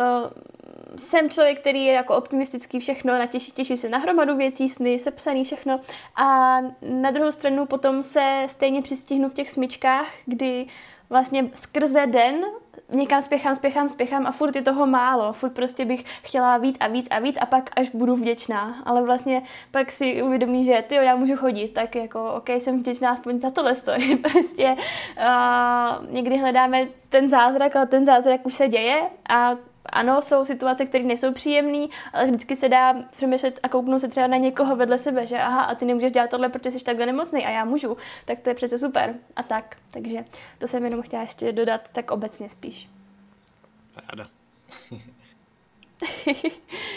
jsem člověk, který je jako optimistický všechno, těší se na hromadu věcí, sny, sepsaný všechno a na druhou stranu potom se stejně přistihnu v těch smyčkách, kdy vlastně skrze den někam spěchám a furt je toho málo, furt prostě bych chtěla víc a pak až budu vděčná, ale vlastně pak si uvědomí, že já můžu chodit, tak jako ok, jsem vděčná aspoň za tohle stojí, prostě někdy hledáme ten zázrak, ale ten zázrak už se děje a ano, jsou situace, které nejsou příjemné, ale vždycky se dá přemýšlet a kouknout se třeba na někoho vedle sebe, že aha, a ty nemůžeš dělat tohle, protože jsi takhle nemocný a já můžu, tak to je přece super a tak. Takže to jsem jenom chtěla ještě dodat tak obecně spíš. Ráda.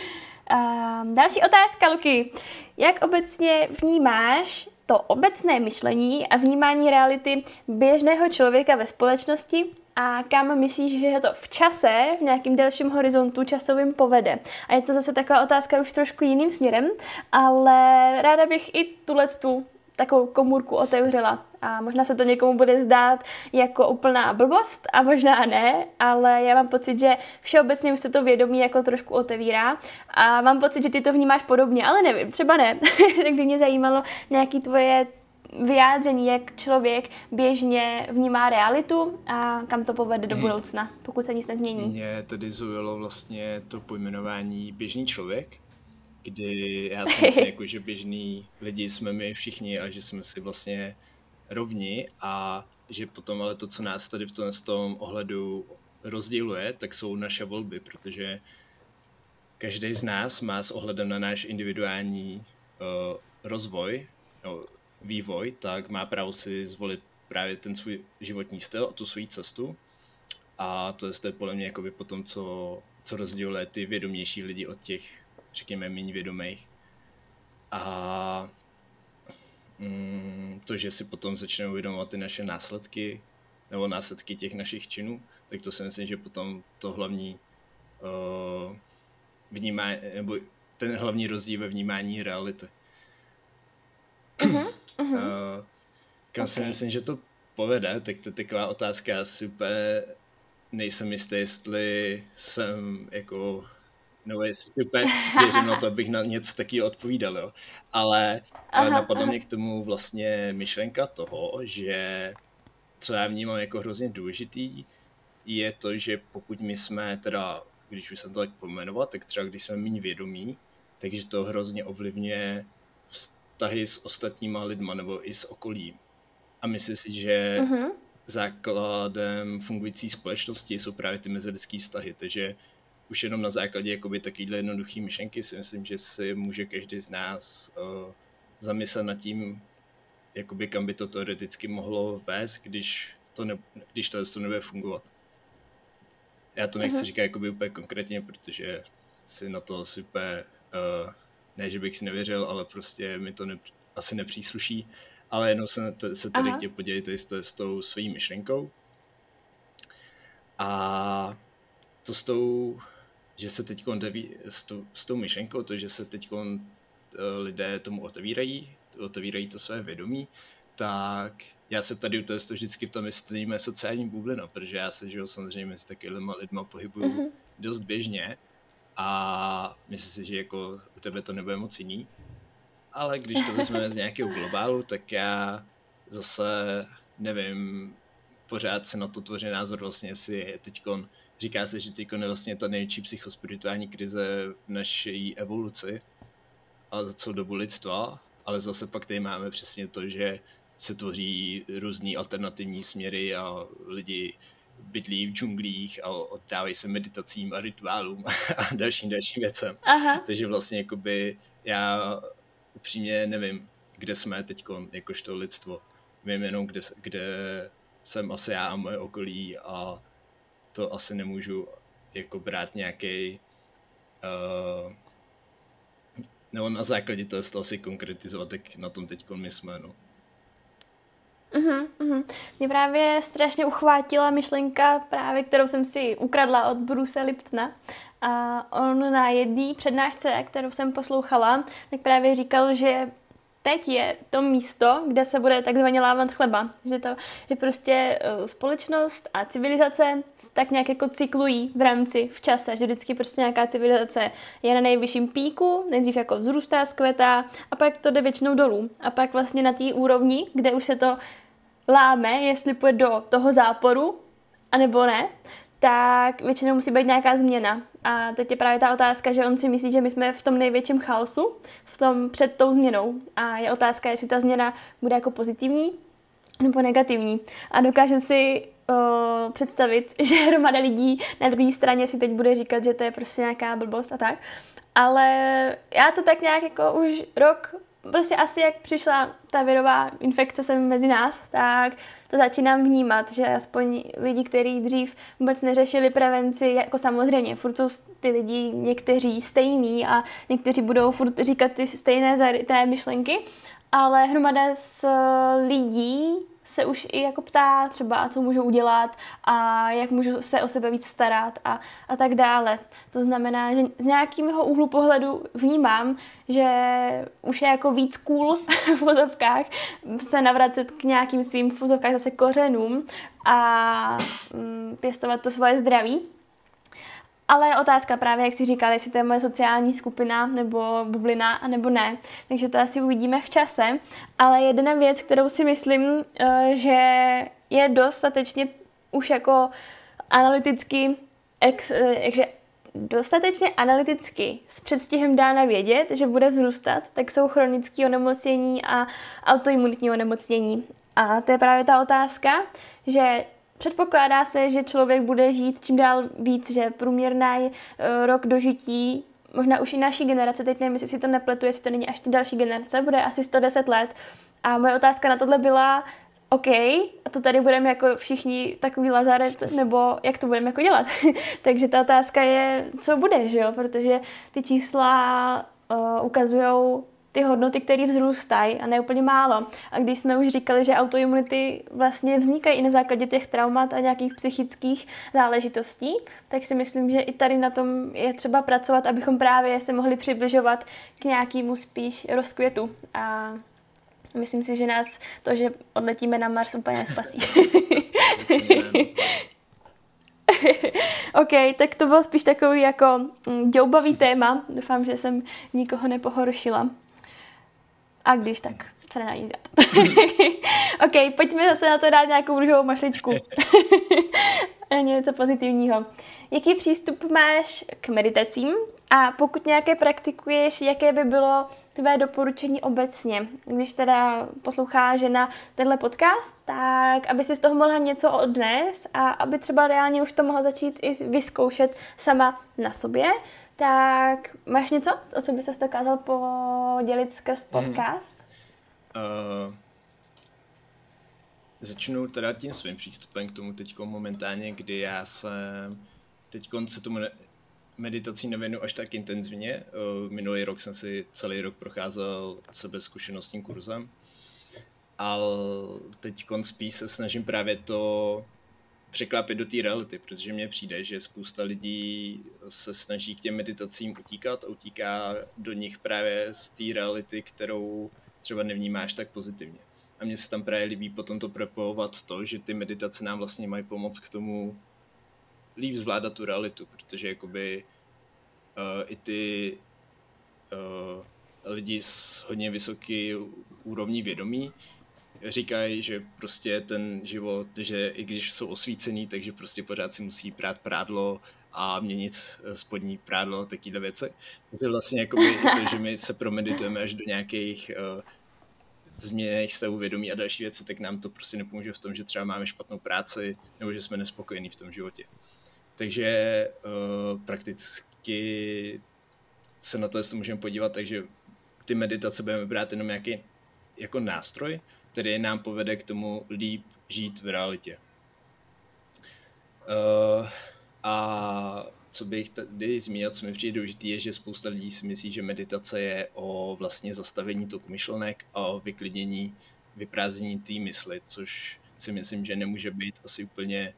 Další otázka, Luky. Jak obecně vnímáš to obecné myšlení a vnímání reality běžného člověka ve společnosti a kam myslíš, že to v čase, v nějakým delším horizontu časovým povede? A je to zase taková otázka už trošku jiným směrem, ale ráda bych i tu takovou komůrku otevřela. A možná se to někomu bude zdát jako úplná blbost a možná ne, ale já mám pocit, že všeobecně už se to vědomí jako trošku otevírá a mám pocit, že ty to vnímáš podobně, ale nevím, třeba ne. Tak by mě zajímalo nějaké tvoje vyjádření, jak člověk běžně vnímá realitu a kam to povede do budoucna, pokud se nic nezmění. Mě tedy zaujalo vlastně to pojmenování běžný člověk, kdy já si myslím, jako, že běžný lidi jsme my všichni a že jsme si vlastně rovni a že potom ale to, co nás tady v tom ohledu rozděluje, tak jsou naše volby, protože každý z nás má s ohledem na náš individuální rozvoj, vývoj, tak má právo si zvolit právě ten svůj životní styl a tu svou cestu. A to je podle mě jakoby potom, co rozděluje ty vědomější lidi od těch, řekněme, méně vědomých. A to, že si potom začneme uvědomovat ty naše následky, nebo následky těch našich činů, tak to si myslím, že potom to hlavní nebo ten hlavní rozdíl ve vnímání reality. Kam si myslím, že to povede, tak to je taková otázka, já si úplně nejsem jistý, jestli jsem jako, nebo jestli úplně věřím na to, abych na něco takového odpovídal, jo. Ale napadla mě k tomu vlastně myšlenka toho, že co já vnímám jako hrozně důležitý, je to, že pokud my jsme teda, když už jsem to tak pojmenovat, tak třeba když jsme méně vědomí, takže to hrozně ovlivňuje vztahy s ostatníma lidma nebo i s okolím. A myslím si, že základem fungující společnosti jsou právě ty mezilidský vztahy, takže už jenom na základě jakoby takovýhle jednoduchý myšlenky si myslím, že si může každý z nás zamyslet nad tím, jakoby kam by to teoreticky mohlo vést, když to nebude fungovat. Já to nechci říkat jakoby úplně konkrétně, protože si na to asi úplně, ne, že bych si nevěřil, ale prostě mi to asi nepřísluší, ale jenom se tady chtěl podělit s tou svojí myšlenkou. A to že se teď s tou myšlenkou, to, že se teď lidé tomu otevírají to své vědomí, tak já se tady to vždycky v tom myslíme sociální bublina, protože já se samozřejmě mezi takovými lidma pohybuju dost běžně a myslím si, že jako u tebe to nebude moc jiný. Ale když to vezmeme z nějakého globálu, tak já zase nevím, pořád se na to tvoří názor vlastně, jestli teďkon, říká se, že teďkon je vlastně ta největší psychospirituální krize v naší evoluci a za celou dobu lidstva, ale zase pak tady máme přesně to, že se tvoří různý alternativní směry a lidi bydlí v džunglích a oddávají se meditacím a rituálům a dalším věcem. Takže vlastně jakoby já upřímně nevím, kde jsme teďko jakožto lidstvo. Vím jenom, kde jsem asi já a moje okolí a to asi nemůžu jako brát nějaký nebo na základě toho asi konkretizovat, tak na tom teďko my jsme, no. Mě právě strašně uchvátila myšlenka, právě kterou jsem si ukradla od Bruce Liptona. A on na jedné přednášce, kterou jsem poslouchala, tak právě říkal, že teď je to místo, kde se bude takzvaně lámat chleba. Že prostě společnost a civilizace tak nějak jako cyklují v čase. Že vždycky prostě nějaká civilizace je na nejvyšším píku, nejdřív jako vzrůstá, zkvetá a pak to jde většinou dolů. A pak vlastně na té úrovni, kde už se to láme, jestli půjde do toho záporu, anebo ne, tak většinou musí být nějaká změna. A teď je právě ta otázka, že on si myslí, že my jsme v tom největším chaosu, před tou změnou. A je otázka, jestli ta změna bude jako pozitivní nebo negativní. A dokážu si představit, že hromada lidí na druhé straně si teď bude říkat, že to je prostě nějaká blbost a tak. Ale já to tak nějak jako už rok prostě asi jak přišla ta virová infekce sem mezi nás, tak to začínám vnímat, že aspoň lidi, kteří dřív vůbec neřešili prevenci, jako samozřejmě, furt jsou ty lidi někteří stejný a někteří budou furt říkat ty stejné zaryté myšlenky, ale hromada z lidí se už i jako ptá třeba, co můžu udělat a jak můžu se o sebe víc starat a tak dále. To znamená, že z nějakého úhlu pohledu vnímám, že už je jako víc cool v vozovkách se navracet k nějakým svým v vozovkách zase kořenům a pěstovat to svoje zdraví. Ale je otázka právě, jak si říkali, jestli to je moje sociální skupina nebo bublina, nebo ne. Takže to asi uvidíme v čase. Ale jedna věc, kterou si myslím, že je dostatečně už jako analyticky, dostatečně analyticky s předstihem dána vědět, že bude vzrůstat, tak jsou chronické onemocnění a autoimunitní onemocnění. A to je právě ta otázka, že předpokládá se, že člověk bude žít čím dál víc, že průměrný rok dožití, možná už i naší generace, teď nevím, jestli si to nepletu, jestli to není až ty další generace, bude asi 110 let. A moje otázka na tohle byla, OK, a to tady budeme jako všichni takový lazaret, nebo jak to budeme jako dělat. Takže ta otázka je, co bude, že jo, protože ty čísla ukazujou ty hodnoty, které vzrůstají a ne úplně málo. A když jsme už říkali, že autoimunity vlastně vznikají i na základě těch traumat a nějakých psychických záležitostí, tak si myslím, že i tady na tom je třeba pracovat, abychom právě se mohli přibližovat k nějakému spíš rozkvětu. A myslím si, že nás to, že odletíme na Mars, úplně nespasí. OK, tak to bylo spíš takový jako ďoubavý téma. Doufám, že jsem nikoho nepohoršila. A když tak, se nedá nic dělat. OK, pojďme zase na to dát nějakou růžovou mašličku. Něco pozitivního. Jaký přístup máš k meditacím? A pokud nějaké praktikuješ, jaké by bylo tvé doporučení obecně? Když teda poslouchá žena tenhle podcast, tak aby si z toho mohla něco odnést a aby třeba reálně už to mohla začít i vyzkoušet sama na sobě, tak máš něco, o co by ses dokázal podělit skrz podcast? Začnu teda tím svým přístupem k tomu teďko momentálně, kdy já jsem teďko se tomu meditací nevěnu až tak intenzivně. Minulý rok jsem si celý rok procházel sebezkušenostním kurzem, ale teďko spíš se snažím právě to překlápit do té reality, protože mně přijde, že spousta lidí se snaží k těm meditacím utíkat a utíká do nich právě z té reality, kterou třeba nevnímáš tak pozitivně. A mně se tam právě líbí potom to propojovat to, že ty meditace nám vlastně mají pomoct k tomu líp zvládat tu realitu, protože jakoby i ty lidi s hodně vysoký úrovní vědomí říkají, že prostě ten život, že i když jsou osvícený, takže prostě pořád si musí prát prádlo a měnit spodní prádlo, takovýhle věci. Takže vlastně jakoby to, že my se promeditujeme až do nějakých změněných stavů vědomí a další věci, tak nám to prostě nepomůže v tom, že třeba máme špatnou práci nebo že jsme nespokojení v tom životě. Takže prakticky se na to můžeme podívat, takže ty meditace budeme brát jenom nějaký jako nástroj, který nám povede k tomu líp žít v realitě. A co bych tady zmínil, co mi přijde důležitý, je, že spousta lidí si myslí, že meditace je o vlastně zastavení toku myšlenek a o vyklidnění, vyprázdnění té mysli, což si myslím, že nemůže být asi úplně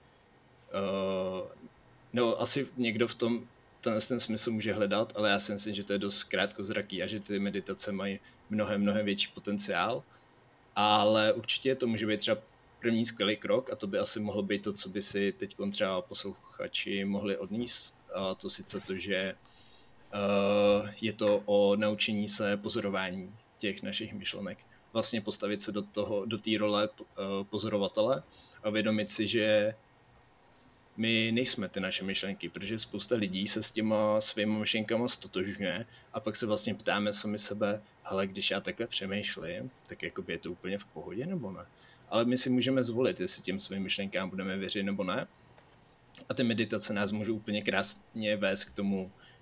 no asi někdo v tom ten smysl může hledat, ale já si myslím, že to je dost krátkozraký a že ty meditace mají mnohem větší potenciál, ale určitě to může být třeba první skvělý krok a to by asi mohlo být to, co by si teď třeba posluchači mohli odníst, a to sice to, že je to o naučení se pozorování těch našich myšlenek. Vlastně postavit se do té role pozorovatele a vědomit si, že my nejsme ty naše myšlenky, protože spousta lidí se s těma svýma myšlenkama stotožňuje a pak se vlastně ptáme sami sebe, hele, když já takhle přemýšlím, tak jakoby je to úplně v pohodě nebo ne? Ale my si můžeme zvolit, jestli těm svým myšlenkám budeme věřit nebo ne. A ty meditace nás můžou úplně krásně vést k tomu,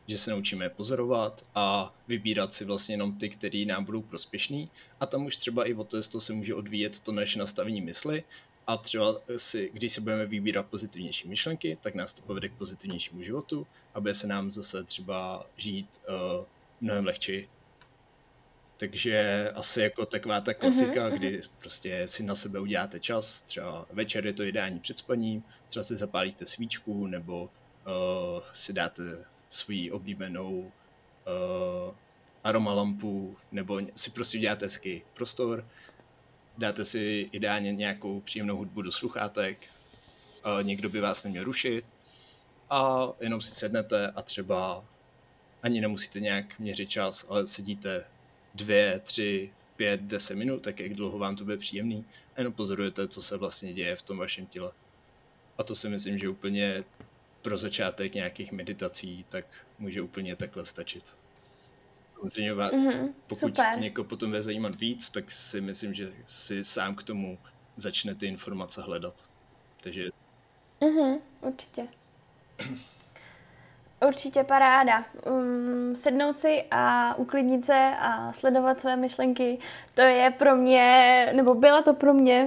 že se naučíme pozorovat a vybírat si vlastně jenom ty, který nám budou prospěšný. A tam už třeba i od toho se může odvíjet to naše nastavení mysli. A třeba když si budeme vybírat pozitivnější myšlenky, tak nás to povede k pozitivnějšímu životu, aby se nám zase třeba žít mnohem lehčí. Takže asi jako taková ta klasika, kdy prostě si na sebe uděláte čas, třeba večer je to ideální před spaním, třeba si zapálíte svíčku nebo si dáte svoji oblíbenou aromalampu, nebo si prostě uděláte hezký prostor, dáte si ideálně nějakou příjemnou hudbu do sluchátek, někdo by vás neměl rušit a jenom si sednete a třeba ani nemusíte nějak měřit čas, ale sedíte 2, 3, 5, 10 minut, tak jak dlouho vám to bude příjemný a jenom pozorujete, co se vlastně děje v tom vašem těle. A to si myslím, že úplně pro začátek nějakých meditací tak může úplně takhle stačit. Samozřejmě pokud někoho potom bude zajímat víc, tak si myslím, že si sám k tomu začne ty informace hledat. Takže... Určitě. Určitě paráda. Sednout si a uklidnit se a sledovat své myšlenky, to je pro mě, nebo byla to pro mě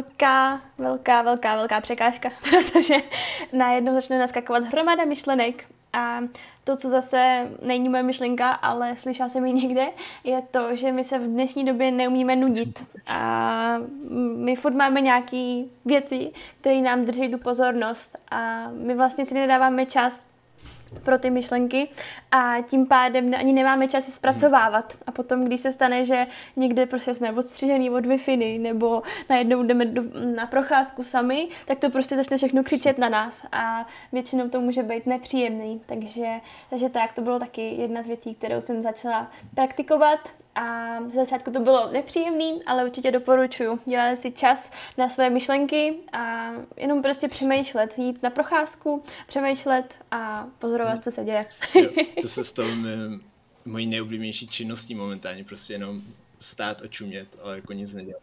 velká překážka, protože najednou začne naskakovat hromada myšlenek a to, co zase není moje myšlenka, ale slyšela jsem ji někde, je to, že my se v dnešní době neumíme nudit a my furt máme nějaké věci, které nám drží tu pozornost a my vlastně si nedáváme čas pro ty myšlenky a tím pádem ani nemáme čas je zpracovávat. A potom, když se stane, že někde prostě jsme odstřižený od Wi-Fi nebo najednou jdeme na procházku sami, tak to prostě začne všechno křičet na nás a většinou to může být nepříjemný. Takže tak, to bylo taky jedna z věcí, kterou jsem začala praktikovat. A z začátku to bylo nepříjemný, ale určitě doporučuji dělat si čas na své myšlenky a jenom prostě přemýšlet, jít na procházku, přemýšlet a pozorovat, co se děje. Jo, to se stalo mojí nejoblíbenější činností momentálně, prostě jenom stát a čumět, ale jako nic nedělat.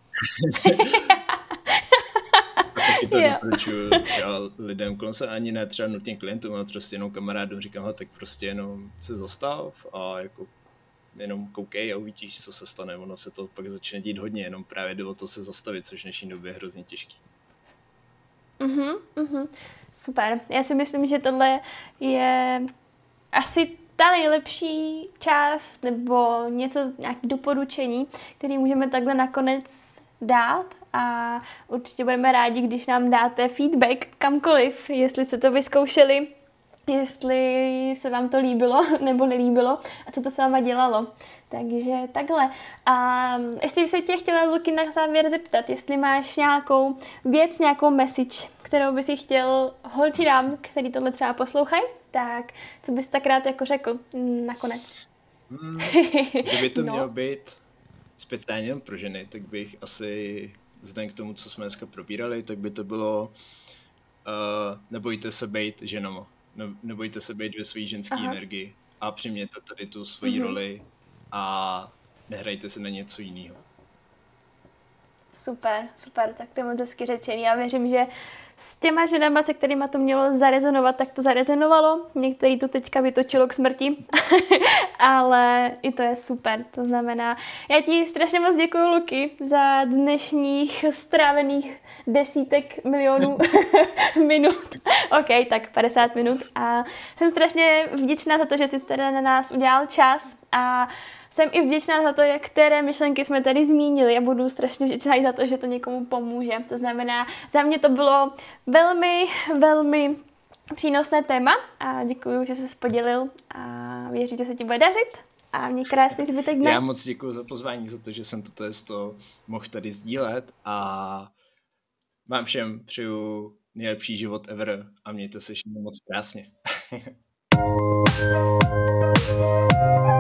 A taky to doporučuji třeba lidem kolem se, ani ne třeba nutně klientům, ale prostě jenom kamarádům říkám, tak prostě jenom se zastav a jako jenom koukej a uvidíš, co se stane. Ono se to pak začne dít hodně, jenom právě jde o to se zastavit, což v dnešní době je hrozně těžký. Super. Já si myslím, že tohle je asi ta nejlepší část nebo nějaké doporučení, které můžeme takhle nakonec dát a určitě budeme rádi, když nám dáte feedback kamkoliv, jestli jste to vyzkoušeli, jestli se vám to líbilo nebo nelíbilo a co to s váma dělalo. Takže takhle. A ještě bych se tě chtěla, Luky, na závěr zeptat, jestli máš nějakou věc, nějakou message, kterou bys si chtěl holčinám, který tohle třeba poslouchají, tak co bys tak rád jako řekl nakonec? Kdyby to mělo být speciálně pro ženy, tak bych asi vzhledem k tomu, co jsme dneska probírali, tak by to bylo nebojte se být ženama. Nebojte se být ve své ženské energii a přimějte tady tu svoji roli a nehrajte se na něco jiného. Super, tak to je moc hezky řečený. Já věřím, že s těma ženama, se kterýma to mělo zarezonovat, tak to zarezonovalo. Některý to teďka vytočilo k smrti, ale i to je super. To znamená, já ti strašně moc děkuju, Luky, za dnešních strávených desítek milionů minut. OK, tak 50 minut. A jsem strašně vděčná za to, že jsi teda na nás udělal čas a jsem i vděčná za to, které myšlenky jsme tady zmínili a budu strašně vděčná i za to, že to někomu pomůže. To znamená, za mě to bylo velmi přínosné téma a děkuji, že jsi podělil a věřím, že se ti bude dařit a měj krásný zbytek dne. Já moc děkuji za pozvání, za to, že jsem to mohl tady sdílet a vám všem přeju nejlepší život ever a mějte se všichni moc krásně.